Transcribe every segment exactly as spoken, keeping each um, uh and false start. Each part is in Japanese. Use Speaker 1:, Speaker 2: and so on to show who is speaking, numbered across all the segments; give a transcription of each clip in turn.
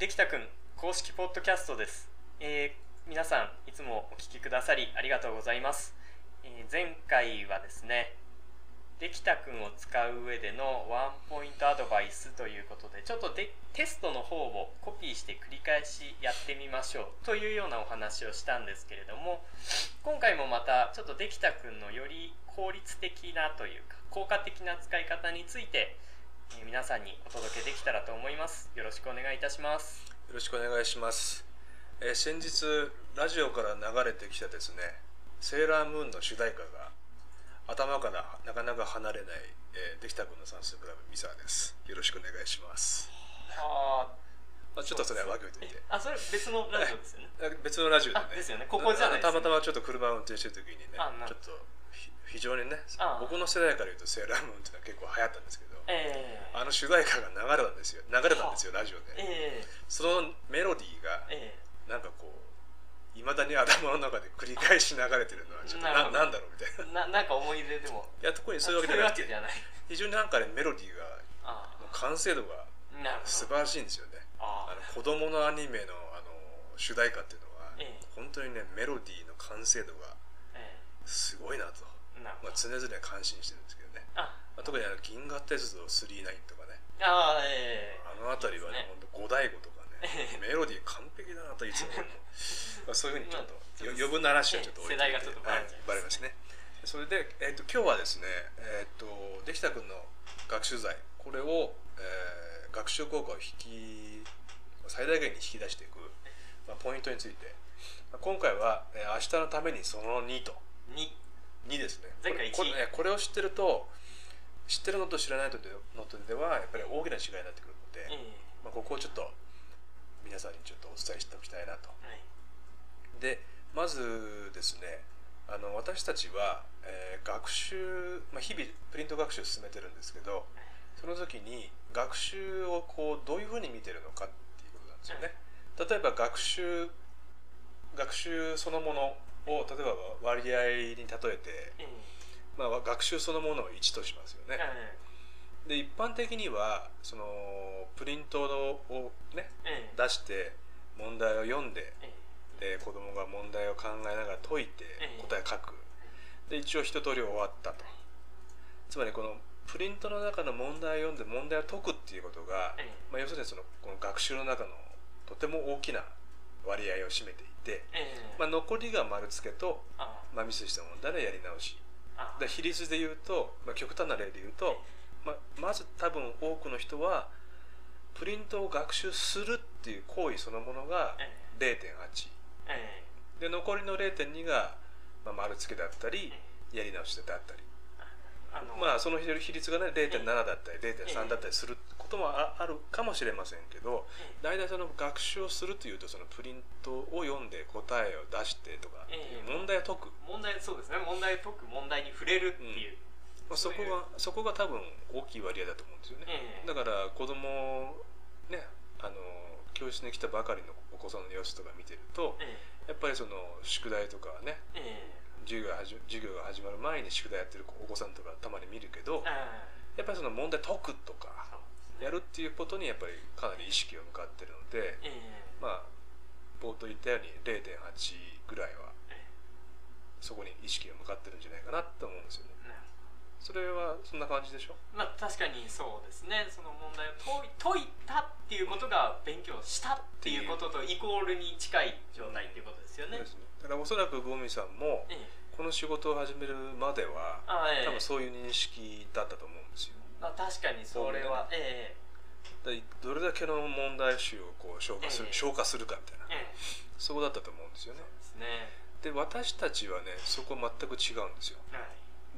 Speaker 1: できたくん公式ポッドキャストです。えー、皆さんいつもお聞きくださりありがとうございます。えー、前回はですね、できたくんを使う上でのワンポイントアドバイスということで、ちょっとでテストの方をコピーして繰り返しやってみましょうというようなお話をしたんですけれども、今回もまたちょっとできたくんのより効率的なというか効果的な使い方についてえー皆さんにお届けできたらと思います。よろしくお願いいたします。
Speaker 2: よろしくお願いします。えー、先日ラジオから流れてきたですね、セーラームーンの主題歌が頭からなかなか離れない、えー、できたくんの算数クラブミサです。よろしくお願いします。
Speaker 1: あ
Speaker 2: あ、ちょっとそれは分けといて。
Speaker 1: あ、それ別のラジオですよね。
Speaker 2: 別のラジオでね。
Speaker 1: ですよね。ここじゃないです、ね、
Speaker 2: たまたまちょっと車を運転してる時にね、ちょっと非常にね、僕の世代から言うとセーラームーンっていうのは結構流行ったんですけど、えー、あの主題歌が流れたんですよ。流れたんですよ、ラジオで。えー、そのメロディーが、えー、なんかこういまだに頭の中で繰り返し流れてるのはちょっと な, な, なんだろうみたいな。
Speaker 1: な, なんか思い出でも。
Speaker 2: いや、特にそういうわけじゃなくて、非常になんかね、メロディーが完成度が素晴らしいんですよね。あの子供のアニメのあの主題歌っていうのは、えー、本当にね、メロディーの完成度がすごいなと。まあ、常々感心してるんですけどね。あ、まあ、特にあの銀河鉄道スリーナインとかね、あ, えー、あの辺りはね、本当五醍醐とかね、メロディー完璧だなといつも思うまあそういうふうにちょっと余分な話はちょっと置いておいて、世代がちょっとバレちゃいます、バレますね。それで、えー、と今日はですね、えー、とできたくんの学習材、これを、えー、学習効果を引き最大限に引き出していく、まあ、ポイントについて、まあ、今回は、えー、明日のためにそのにとににですね。
Speaker 1: 前回いち。
Speaker 2: これ、これを知ってると、知ってるのと知らないのとではやっぱり大きな違いになってくるので、えーまあ、ここをちょっと皆さんにちょっとお伝えしておきたいなと。はい、でまずですね、あの私たちは、えー、学習、まあ、日々プリント学習を進めてるんですけど、その時に学習をこうどういうふうに見てるのかっていうことなんですよね。例えば学習学習そのものを例えば割合に例えて、まあ、学習そのものをいちとしますよね。で一般的にはそのプリントを、ね、出して問題を読んで、で子どもが問題を考えながら解いて答え書く。で一応一通り終わったと。つまりこのプリントの中の問題を読んで問題を解くっていうことが、まあ、要するにそのこの学習の中のとても大きな割合を占めていて、まあ、残りが丸付けと、まあ、ミスした問題のやり直しで、比率で言うと、まあ、極端な例で言うと、まあ、まず多分多くの人はプリントを学習するっていう行為そのものが れいてんはち で残りの れいてんに が、まあ、丸付けだったりやり直しだったり、あのまあその比率がね れいてんなな だったり れいてんさん だったりすることもあるかもしれませんけど、大体その学習をするというとそのプリントを読んで答えを出してとか問題を解く、
Speaker 1: 問題そうですね、問題を解く、問題に触れるっていう、
Speaker 2: うん、そこがそこが多分大きい割合だと思うんですよね。だから子供ね、あの教室に来たばかりのお子さんの様子とか見てると、やっぱりその宿題とかね、授業が始授業が始まる前に宿題やってるお子さんとかたまに見るけど、やっぱりその問題解くとかやるっていうことにやっぱりかなり意識を向かってるので、まあ冒頭言ったように れいてんはち ぐらいはそこに意識が向かってるんじゃないかなと思うんですよね。それはそんな感じでしょ。
Speaker 1: まあ確かにそうですね。その問題を解いたっていうことが勉強したっていうこととイコールに近い状態っていうことですよね。
Speaker 2: そうですね。だからおそらくゴミさんもこの仕事を始めるまでは、ええ、多分そういう認識だったと思うんですよ。
Speaker 1: まあ確かにそれは、え
Speaker 2: え、どれだけの問題集をこう消化する、ええ、消化するかみたいな、ええ、そこだったと思うんですよね。
Speaker 1: そうですね。
Speaker 2: で私たちはねそこ全く違うんですよ。はい、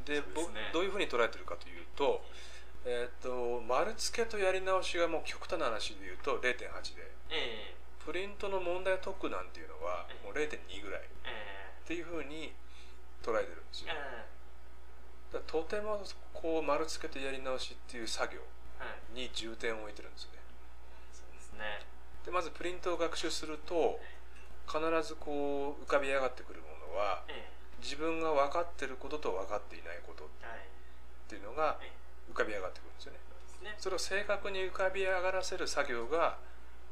Speaker 2: で, で、ね、どういうふうに捉えてるかというと、えー、と丸付けとやり直しがもう極端な話で言うと れいてんはち で、えー、プリントの問題を解くなんていうのはもう れいてんに ぐらい、えー、っていうふうに捉えてるんですよ。えー、だとてもこう丸付けとやり直しっていう作業に重点を置いてるんですよね。
Speaker 1: そうですね。
Speaker 2: でまずプリントを学習すると必ずこう浮かび上がってくるものは、えー、自分が分かってることと分かっていないことっていうのが浮かび上がってくるんですよね。それを正確に浮かび上がらせる作業が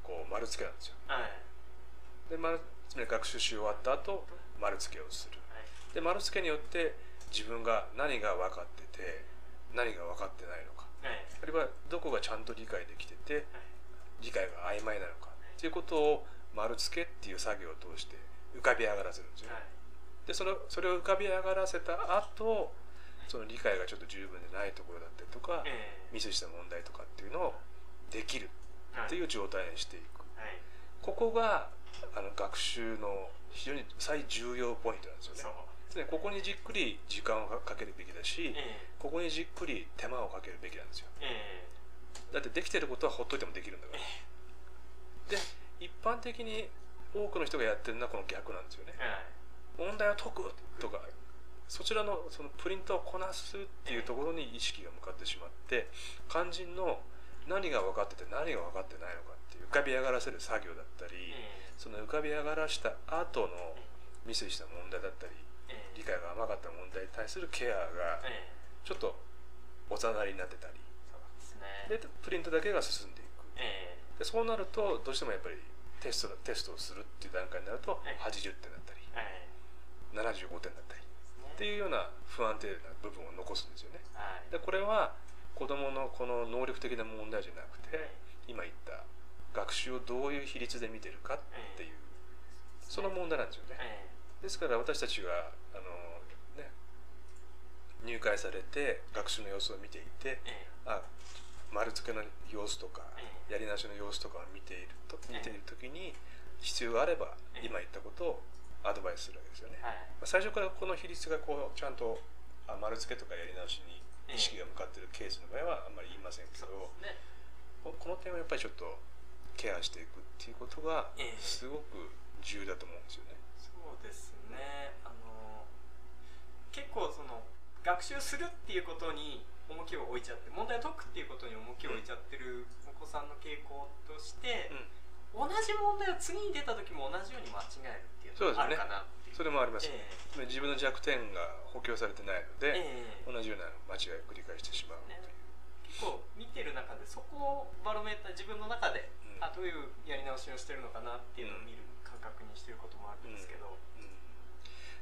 Speaker 2: こう丸付けなんですよ。
Speaker 1: はい、
Speaker 2: で丸つまり学習し終わった後丸付けをする。はい、で丸付けによって自分が何が分かってて何が分かってないのか、はい、あるいはどこがちゃんと理解できてて、はい、理解が曖昧なのかっていうことを丸付けっていう作業を通して浮かび上がらせるんですよね。はい、でそれそれを浮かび上がらせた後、その理解がちょっと十分でないところだったりとか、ミスした問題とかっていうのをできるっていう状態にしていく。はい、ここがあの学習の非常に最重要ポイントなんですよね。でここにじっくり時間をかけるべきだし、ここにじっくり手間をかけるべきなんですよ。だってできてることはほっといてもできるんだから。で一般的に多くの人がやってるのはこの逆なんですよね。問題を解くとかそちらのそのプリントをこなすっていうところに意識が向かってしまって、肝心の何が分かってて何が分かってないのかっていう浮かび上がらせる作業だったり、その浮かび上がらした後のミスした問題だったり、理解が甘かった問題に対するケアがちょっとおざなりになってたり、でプリントだけが進んでいく。でそうなるとどうしてもやっぱりテストテストをするっていう段階になるとはちじゅってんだったり、ななじゅうごてんだったりっていうような不安定な部分を残すんですよね。でこれは子どものこの能力的な問題じゃなくて、今言った学習をどういう比率で見てるかっていうその問題なんですよね。ですから私たちがあの、ね、入会されて学習の様子を見ていて、あ丸付けの様子とかやり直しの様子とかを見ていると見ている時に必要があれば今言ったことをアドバイスするわけですよね。最初からこの比率がこうちゃんと丸付けとかやり直しに意識が向かっているケースの場合はあんまり言いませんけど、この点はやっぱりちょっとケアしていくっていうことがすごく重要だと思うんですよね。
Speaker 1: そうですね。あの結構その学習するっていうことに重きを置いちゃって、問題を解くっていうことに重きを置いちゃってるお子さんの傾向として、うん、同じ問題を次に出た時も同じように間違えるっていうのがあるかなっていう。
Speaker 2: それもあります、えー、自分の弱点が補強されてないので、えー、同じような間違いを繰り返してしまう、ね、
Speaker 1: 結構見てる中でそこをバロメーター自分の中で、うん、あどういうやり直しをしてるのかなっていうのを見る感覚にしてることもあるんですけど、うんうん、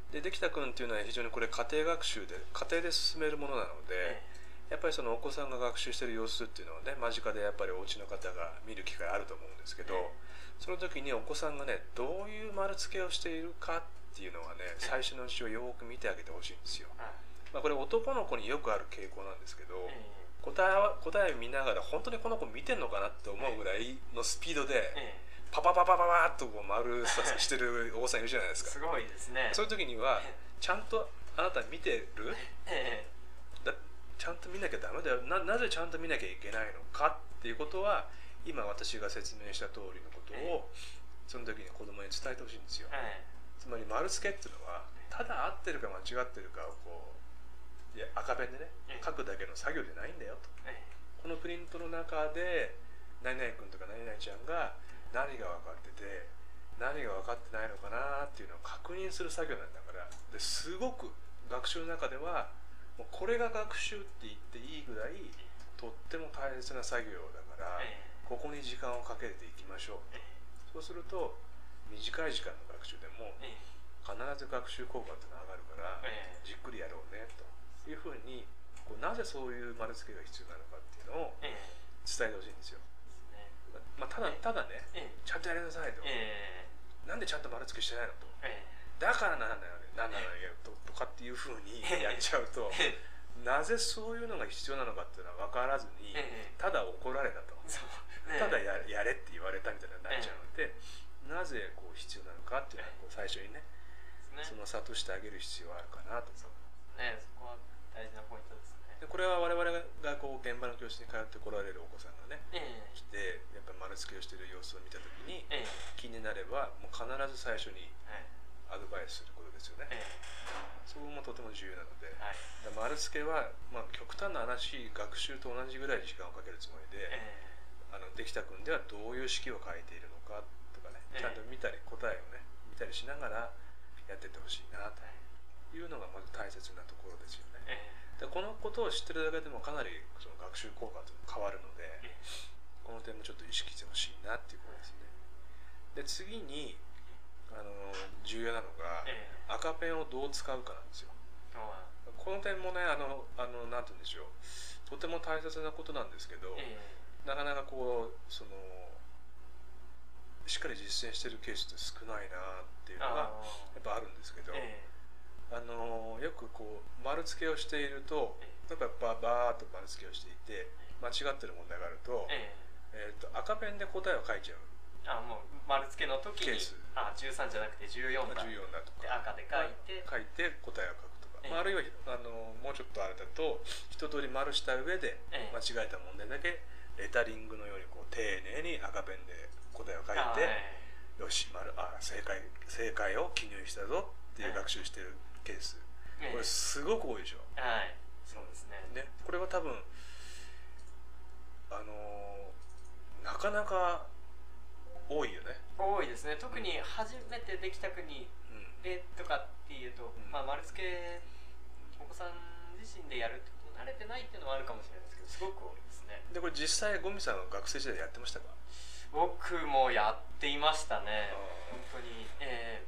Speaker 2: でできたくんっていうのは非常にこれ家庭学習で家庭で進めるものなので、えーやっぱりそのお子さんが学習している様子っていうのをね間近でやっぱりお家の方が見る機会あると思うんですけど、その時にお子さんがねどういう丸付けをしているかっていうのはね最初のうちをよく見てあげてほしいんですよ。まあ、これ男の子によくある傾向なんですけど、答えは答えを見ながら本当にこの子見てんのかなって思うぐらいのスピードでパパパパパパッとこう丸さしてるお子さんいるじゃないですか。
Speaker 1: すごいですね。
Speaker 2: そういう時にはちゃんとあなた見てるちゃんと見なきゃダメだよ な, なぜちゃんと見なきゃいけないのかっていうことは今私が説明した通りのことをその時に子供に伝えてほしいんですよ。つまり丸付けっていうのはただ合ってるか間違ってるかをこういや赤ペンでね書くだけの作業じゃないんだよと。このプリントの中で何々君とか何々ちゃんが何が分かってて何が分かってないのかなっていうのを確認する作業なんだから。ですごく学習の中ではもうこれが学習って言っていいぐらいとっても大切な作業だからここに時間をかけていきましょう。そうすると短い時間の学習でも必ず学習効果ってのが上がるからじっくりやろうねというふうにこうなぜそういう丸付けが必要なのかっていうのを伝えてほしいんですよ。まあ、ただただねちゃんとやりなさいとなんでちゃんと丸付けしてないのとだからなんだよなんだよとかっていうふうにやっちゃうとなぜそういうのが必要なのかっていうのは分からずにただ怒られたとただ や, やれって言われたみたいになっちゃうのでなぜこう必要なのかっていうのはこう最初にねその諭してあげる必要はあるかなと。
Speaker 1: そうね、そこは大事なポイントですね。
Speaker 2: でこれは我々がこう現場の教室に通ってこられるお子さんがね、えー、来てやっぱ丸付けをしている様子を見た時に、えー、気になればもう必ず最初にアドバイスすることですよね。えー、そこもとても重要なので、はい、丸付けは、まあ、極端な話学習と同じぐらい時間をかけるつもりで、えー、あのできた君ではどういう式を書いているのかとかね、えー、ちゃんと見たり答えをね見たりしながらやっていってほしいなというのがまず大切なところですよね。えー、でこのことを知ってるだけでもかなりその学習効果というのが変わるので、 この点もちょっと意識してほしいなっていうことですね。で次にあの重要なのが、えー、赤ペンをどう使うかなんですよ。この点もね、あのあのなんて言うんでしょう、とても大切なことなんですけど、えー、なかなかこうそのしっかり実践してるケースって少ないなっていうのがやっぱあるんですけど、えー、あのよくこう丸付けをしていると、例えばバーッと丸付けをしていて間違ってる問題があると、えーえー、と赤ペンで答えを書いちゃう。
Speaker 1: あ、もう丸付けの時にあじゅうさんじゃなくてじゅうよんだ、
Speaker 2: じゅうよんだとか
Speaker 1: で赤で書いて、
Speaker 2: 書いて答えを書くとか、えーまあ、あるいはあのもうちょっとあれだと一通り丸した上で間違えた問題だけレタリングのようにこう丁寧に赤ペンで答えを書いて、えー、よし丸あ正解正解を記入したぞっていう学習してるケース、えー、これすごく多いでしょ。
Speaker 1: はい、そうですね。
Speaker 2: ね、これは多分あのー、なかなか多いよね。
Speaker 1: 多いですね。特に初めてできた国でとかっていうと、うん、まあ丸付けお子さん自身でやるってこと慣れてないっていうのはあるかもしれないですけど、すごく多いですね。
Speaker 2: でこれ実際ゴミさんは学生時代やってましたか？
Speaker 1: 僕もやっていましたね。本当に、え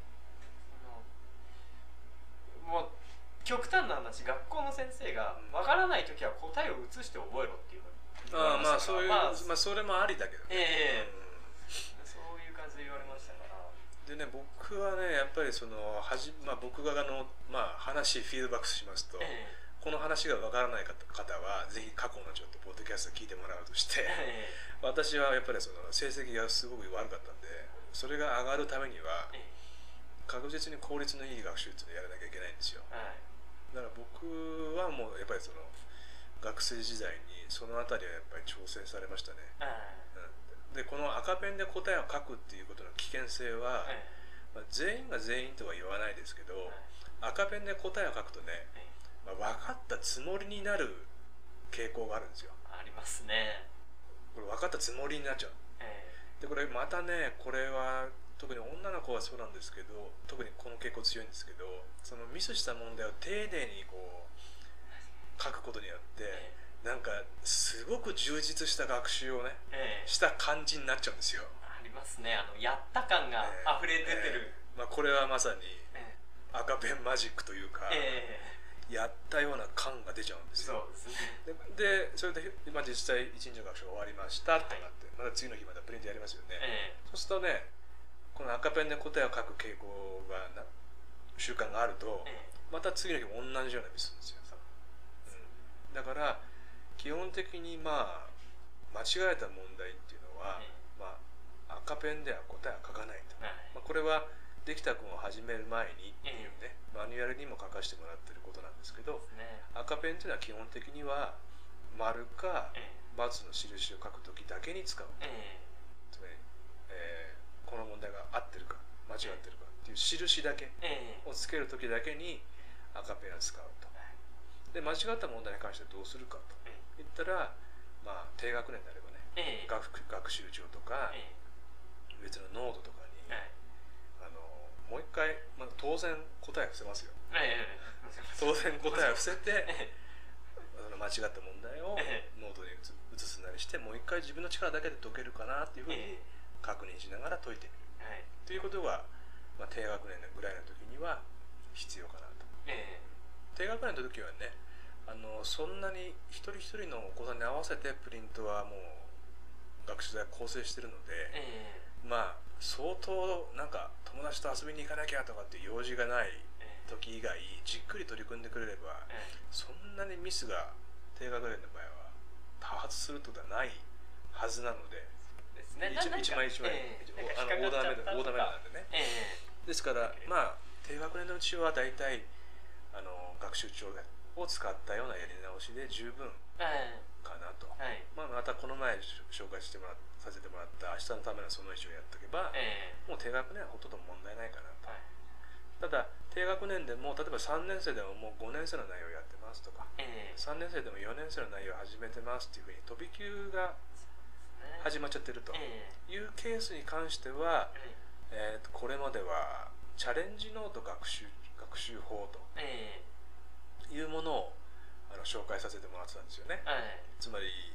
Speaker 1: ー、もう極端な話、学校の先生がわからないときは答えを移して覚えろっていうの
Speaker 2: に、ああまあそういう、まあ、まあそれもありだけどね。えーうん
Speaker 1: そういう感じで言われましたから。
Speaker 2: でね、僕はねやっぱりそのはじ、まあ、僕があの、まあ、話フィードバックしますと、えー、この話がわからない方はぜひ過去のちょっとポッドキャスト聞いてもらうとして、えー、私はやっぱりその成績がすごく悪かったんで、それが上がるためには、えー、確実に効率のいい学習っていうのをやらなきゃいけないんですよ。はい、だから僕はもうやっぱりその学生時代にそのあたりはやっぱり挑戦されましたね。はいうん、でこの赤ペンで答えを書くっていうことの危険性は、はいまあ、全員が全員とは言わないですけど、はい、赤ペンで答えを書くとね、はいまあ、分かったつもりになる傾向があるんですよ。
Speaker 1: ありますね。
Speaker 2: これ分かったつもりになっちゃう。はい、でこれまたねこれは特に女の子はそうなんですけど、特にこの傾向強いんですけど、そのミスした問題を丁寧にこう書くことによって、えー、なんかすごく充実した学習をね、えー、した感じになっちゃうんですよ。
Speaker 1: ありますね。あのやった感が溢れ出てる、
Speaker 2: えーえーまあ、これはまさに赤ペンマジックというか、えー、やったような感が出ちゃうんですよ。
Speaker 1: そうですね。
Speaker 2: で、でそれで、まあ、実際いちにちの学習が終わりましたってなって、はい、また次の日またプリントやりますよね。えー、そうするとねこの赤ペンで答えを書く傾向がな習慣があると、ええ、また次の日も同じようなミスするんですよ、うん、だから基本的にまあ間違えた問題っていうのは、ええまあ、赤ペンでは答えは書かないと、はいまあ、これはできた君を始める前にっていうね、ええ、マニュアルにも書かせてもらってることなんですけど、ね、赤ペンっていうのは基本的には丸か×の印を書くときだけに使うと、ええ、つまり、えーこの問題が合ってるか間違ってるかっていう印だけをつけるときだけに赤ペンを使うと。で間違った問題に関してどうするかといったら、まあ、低学年であればね、学, 学習帳とか別のノートとかにあのもう一回、まあ、当然答えを伏せますよ。当然答えを伏せて間違った問題をノートに移すなりしてもう一回自分の力だけで解けるかなっていうふうに確認しながら解いてみる、はい、ということが、まあ、低学年ぐらいの時には必要かなと、えー、低学年の時はねあのそんなに一人一人のお子さんに合わせてプリントはもう学習材構成してるので、えー、まあ相当なんか友達と遊びに行かなきゃとかっていう用事がない時以外じっくり取り組んでくれれば、えー、そんなにミスが低学年の場合は多発することはないはずなのでね、一枚一枚、えー、あのオーダーメオーダーメなんでね、えー、ですからまあ低学年のうちはだいたいあの学習帳を使ったようなやり直しで十分かなと、はい、まあ、またこの前紹介してもらさせてもらった明日のためのその一をやっておけば、えー、もう低学年はほとんど問題ないかなと、はい、ただ低学年でも例えばさんねん生でももうごねん生の内容をやってますとか、えー、さんねん生でもよねん生の内容を始めてますっていうふうに飛び級が始まっちゃってるというケースに関しては、えー、とこれまではチャレンジノート学習学習法というものをあの紹介させてもらってたんですよね、はい、つまり丸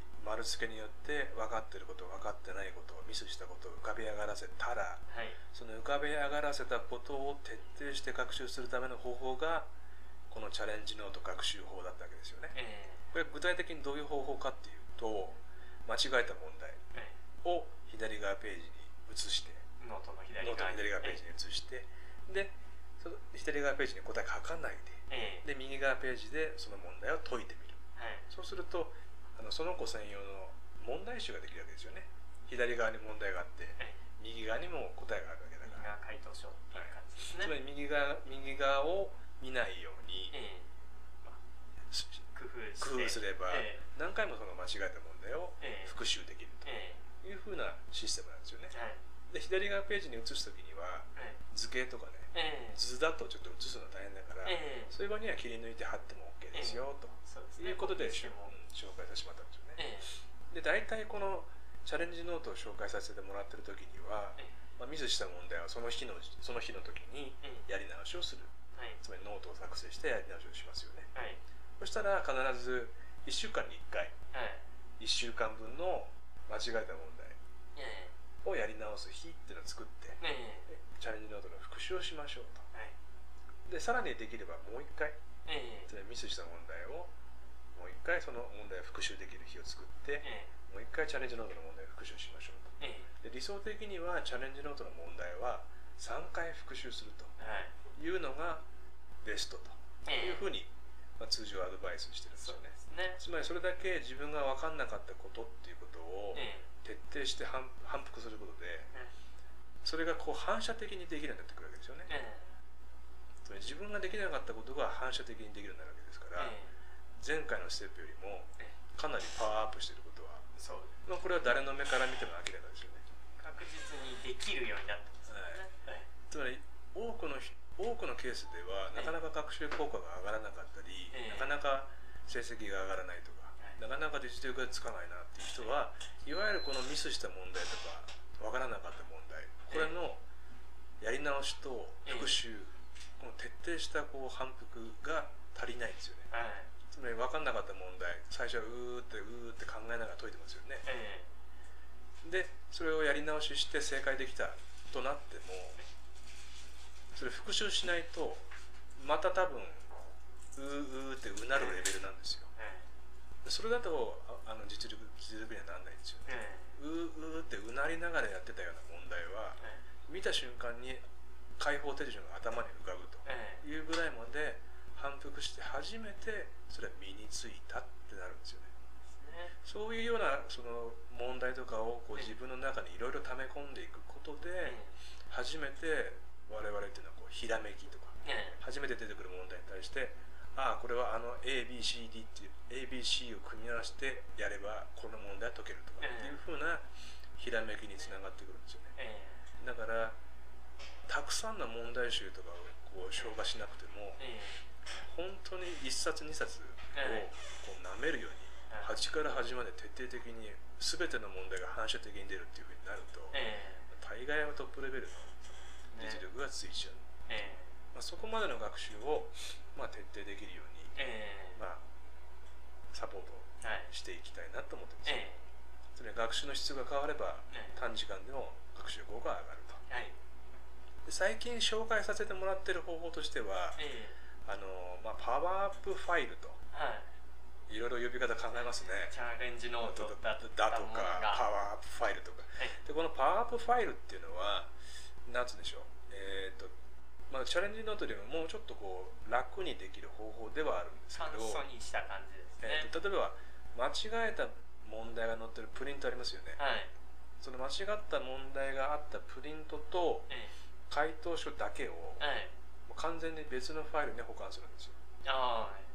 Speaker 2: 丸付けによって分かっていること分かってないことミスしたことを浮かび上がらせたら、はい、その浮かび上がらせたことを徹底して学習するための方法がこのチャレンジノート学習法だったわけですよね、えー、これ具体的にどういう方法かっていうと間違えた問題を左側ページに移して
Speaker 1: ノートの左
Speaker 2: 側ページに移して、えー、でその左側ページに答え書かないで、えー、で右側ページでその問題を解いてみる、はい、そうするとあのその子専用の問題集ができるわけですよね。左側に問題があって、はい、右側にも答えがあるわけだから。
Speaker 1: 右側回答書っていう感じですね。
Speaker 2: はい、つまり右側右側を見ないように、えーまあ、
Speaker 1: 工夫して
Speaker 2: 工夫すれば、えー、何回もその間違えた問題を復習できるというふうなシステムなんですよね。はい、で左側ページに移すときには、はい、図形とかね、えー、図だとちょっと移すの大変だから、えー、そういう場合には切り抜いて貼っても OK ですよ、えー、とそうです、ね、いうことで紹介させてもらったんですよね。えー、で大体このチャレンジノートを紹介させてもらってるときには、えーまあ、ミスした問題はその日のその日の時にやり直しをする、はい、つまりノートを作成してやり直しをしますよね。はい、そしたら必ずいっしゅうかんにいっかい、はい、いっしゅうかんぶんの間違えた問題をやり直す日っていうのを作って、はい、チャレンジノートの復習をしましょうと。はい、でさらにできればもういっかい、はい、つまりミスした問題をもういっかいその問題を復習できる日を作って、はい、もういっかいチャレンジノートの問題を復習しましょうと。はい、で理想的にはチャレンジノートの問題はさんかい復習するというのがベストというふうに、まあ、通常アドバイスしてるんですよね。ね、つまりそれだけ自分が分かんなかったことっていうことを徹底して反復することで、それがこう反射的にできるようになってくるわけですよね。つまり自分ができなかったことが反射的にできるようになるわけですから、前回のステップよりもかなりパワーアップしていることは、そう、まあ、これは誰の目から見ても明らかですよね。
Speaker 1: 確実にできるようになってますよね。はい、
Speaker 2: つまり多くの多くのケースではなかなか学習効果が上がらなかったり、えー、なかなか成績が上がらないとか、はい、なかなか実力がつかないなっていう人は、いわゆるこのミスした問題とか分からなかった問題、これのやり直しと復習、えー、この徹底したこう反復が足りないんですよね。はい、つまり分かんなかった問題、最初はうーってうーって考えながら解いてますよね。えー、でそれをやり直しして正解できたとなっても、それ復習しないとまた多分うーうーってうなるレベルなんですよ。それだとあの実力実力にはならないんですよね。うーうーってうなりながらやってたような問題は、見た瞬間に解法手順が頭に浮かぶというぐらいまで反復して初めてそれは身についたってなるんですよね。そういうようなその問題とかをこう自分の中にいろいろ溜め込んでいくことで、初めて我々っていうのはこうひらめきとか、初めて出てくる問題に対して、ああこれはあの エービーシーディー っていう エービーシー を組み合わせてやればこの問題は解けるとかっていう風なひらめきにつながってくるんですよね。だからたくさんの問題集とかをこう消化しなくても、本当にいっさつにさつをこう舐めるように端から端まで徹底的に全ての問題が反射的に出るっていう風になると、大概はトップレベルの実力がついちゃう。まあ、そこまでの学習を、まあ、徹底できるように、えーまあ、サポートしていきたいなと思ってます、はい、それ学習の質が変われば、えー、短時間でも学習効果が上がると、はい、で最近紹介させてもらっている方法としては、えーあのまあ、パワーアップファイルと、はい、いろいろ呼び方考えますね。
Speaker 1: チャレンジノート
Speaker 2: だとかパワーアップファイルとか、はい、でこのパワーアップファイルっていうのは何つうんでしょう、えーとまあ、チャレンジノートでももうちょっとこう楽にできる方法ではあるんですけど、
Speaker 1: 簡素にした感じですね。
Speaker 2: えーと例えば間違えた問題が載ってるプリントありますよね、はい、その間違った問題があったプリントと回答書だけを、はい、もう完全に別のファイルに保管するんですよ。あ、はい、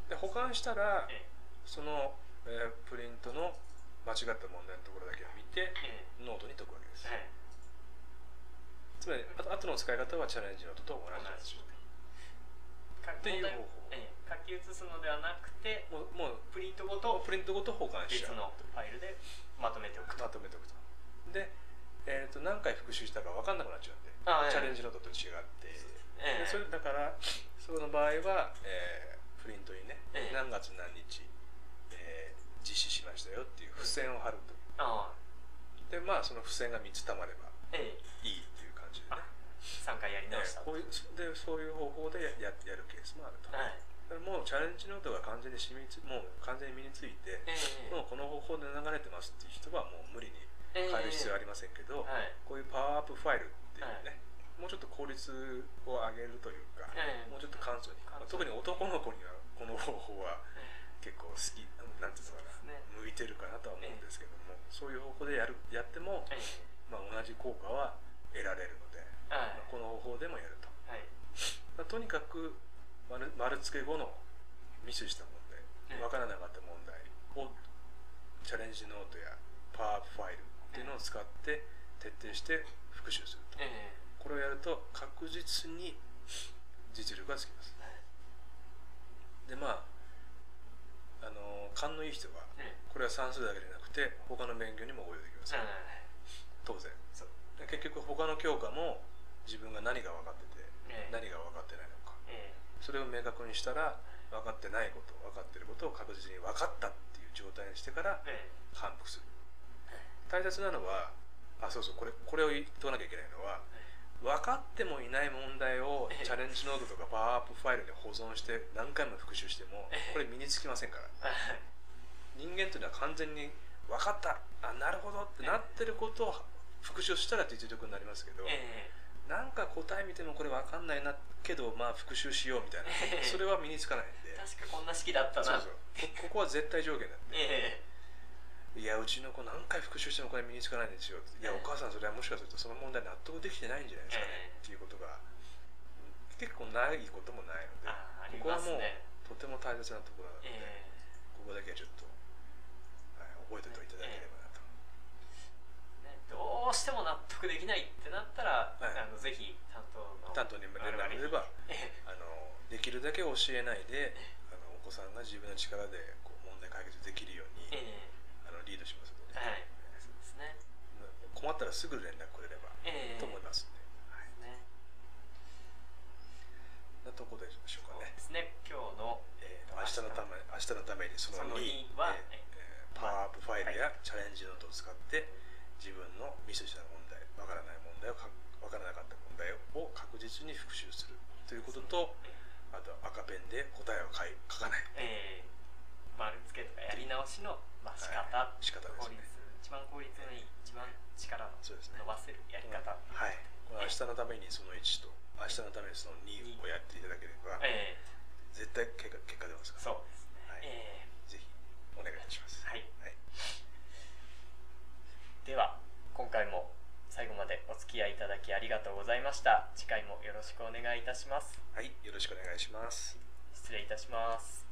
Speaker 2: で保管したら、えー、その、えー、プリントの間違った問題のところだけを見て、えー、ノートに解くわけです、はい、つまりあとの使い方はチャレンジノートと同じなんですよね。っていう方法、
Speaker 1: ええ、書き写すのではなくて、
Speaker 2: もう、もう
Speaker 1: プリントごと
Speaker 2: プリントごと保管しちゃう、
Speaker 1: 別のファイルでまとめておくと。
Speaker 2: まとめておくと。で、えー、と何回復習したか分かんなくなっちゃうんで、あ、チャレンジノートと違って、ええ、でそれだからその場合は、えー、プリントにね、ええ、何月何日、えー、実施しましたよっていう付線を貼ると。
Speaker 1: あ
Speaker 2: でまあその付箋がみっつたまれば
Speaker 1: ええ
Speaker 2: いいっていう感じでね、
Speaker 1: さんかいやり直した
Speaker 2: ね、こういうでそういう方法でややるケースもあると、
Speaker 1: はい、
Speaker 2: もうチャレンジノートが完全に染みつもう完全に身について、
Speaker 1: ええ
Speaker 2: もうこの方法で流れてますっていう人はもう無理に変える必要はありませんけど、
Speaker 1: はい、
Speaker 2: こういうパワーアップファイルっていうね、はい、もうちょっと効率を上げるというか、ええ、もうちょっと簡素に、まあ、特に男の子にはこの方法は結構好きなんていうのかな、ね、向いてるかなとは思うんですけども、ええ、そういう方法でやるやっても、ええ、まあ、同じ効果は得られるので、はい、まあ、この方法でもやると、はい、まあ、とにかく丸, 丸付け後のミスした問題、分からなかった問題をチャレンジノートやパワーアップファイルっていうのを使って徹底して復習すると、えー、これをやると確実に実力がつきます。でまああの勘のいい人はこれは算数だけじゃなくて他の勉強にも応用できます、うん、当然結局他の教科も自分が何が分かってて、えー、何が分かってないのか、えー、それを明確にしたら分かってないこと分かってることを確実に分かったっていう状態にしてから反復する。大切なのはあそうそうこれこれを言っとかなきゃいけないのは、分かってもいない問題をチャレンジノートとかパワーアップファイルで保存して何回も復習してもこれ身につきませんから。人間というのは完全に分かったあなるほどってなってることを復習したら実力になりますけど、なんか答え見てもこれ分かんないなけどまあ復習しようみたいなそれは身につかないんで。
Speaker 1: 確かこんな式だったな。
Speaker 2: そうそうこ, ここは絶対条件なんで、えー、いやうちの子何回復習してもこれ身につかないんですよ、いやお母さんそれはもしかするとその問題納得できてないんじゃないですかね、えー、っていうことが結構ないこともないので、あここはもうとても大切なところなので、えー、ここだけはちょっと、はい、覚えておいていただければなと、
Speaker 1: えーね、どうしても納得できないってなったら、はい、あのぜひ担当の
Speaker 2: 担当に連絡すればあのできるだけ教えないであのお子さんが自分の力でこう問題解決できるように、えー、あのリードしますので、はい、そうですね、困ったらすぐ連絡くれれば、えー、と思いますので、はいね、なとこでしょうかね。
Speaker 1: そうですね、今日の、
Speaker 2: えー、明日のため明日のためにそのには、えー、パワーアップファイルやチャレンジノートを使って自分のミスした問題、わからない問題をかわからなかった問題を確実に復習するということと、あと赤ペンで答えを書い書かない、え
Speaker 1: ー、丸付けとかやり直しの、まあ、仕方、はい、
Speaker 2: 仕方ですね、
Speaker 1: 一番効率のいい、一番力を伸ばせるやり方、
Speaker 2: はい、この明日のためにそのいちと明日のためにそのにをやっていただければ、えー、絶対結果、結果出ますから、
Speaker 1: そうですね、はい、え
Speaker 2: ー、ぜひお願いいたします、
Speaker 1: はいはい、では今回も最後までお付き合いいただきありがとうございました。次回もよろしくお願いいたします。
Speaker 2: はい、よろしくお願いします。
Speaker 1: 失礼いたします。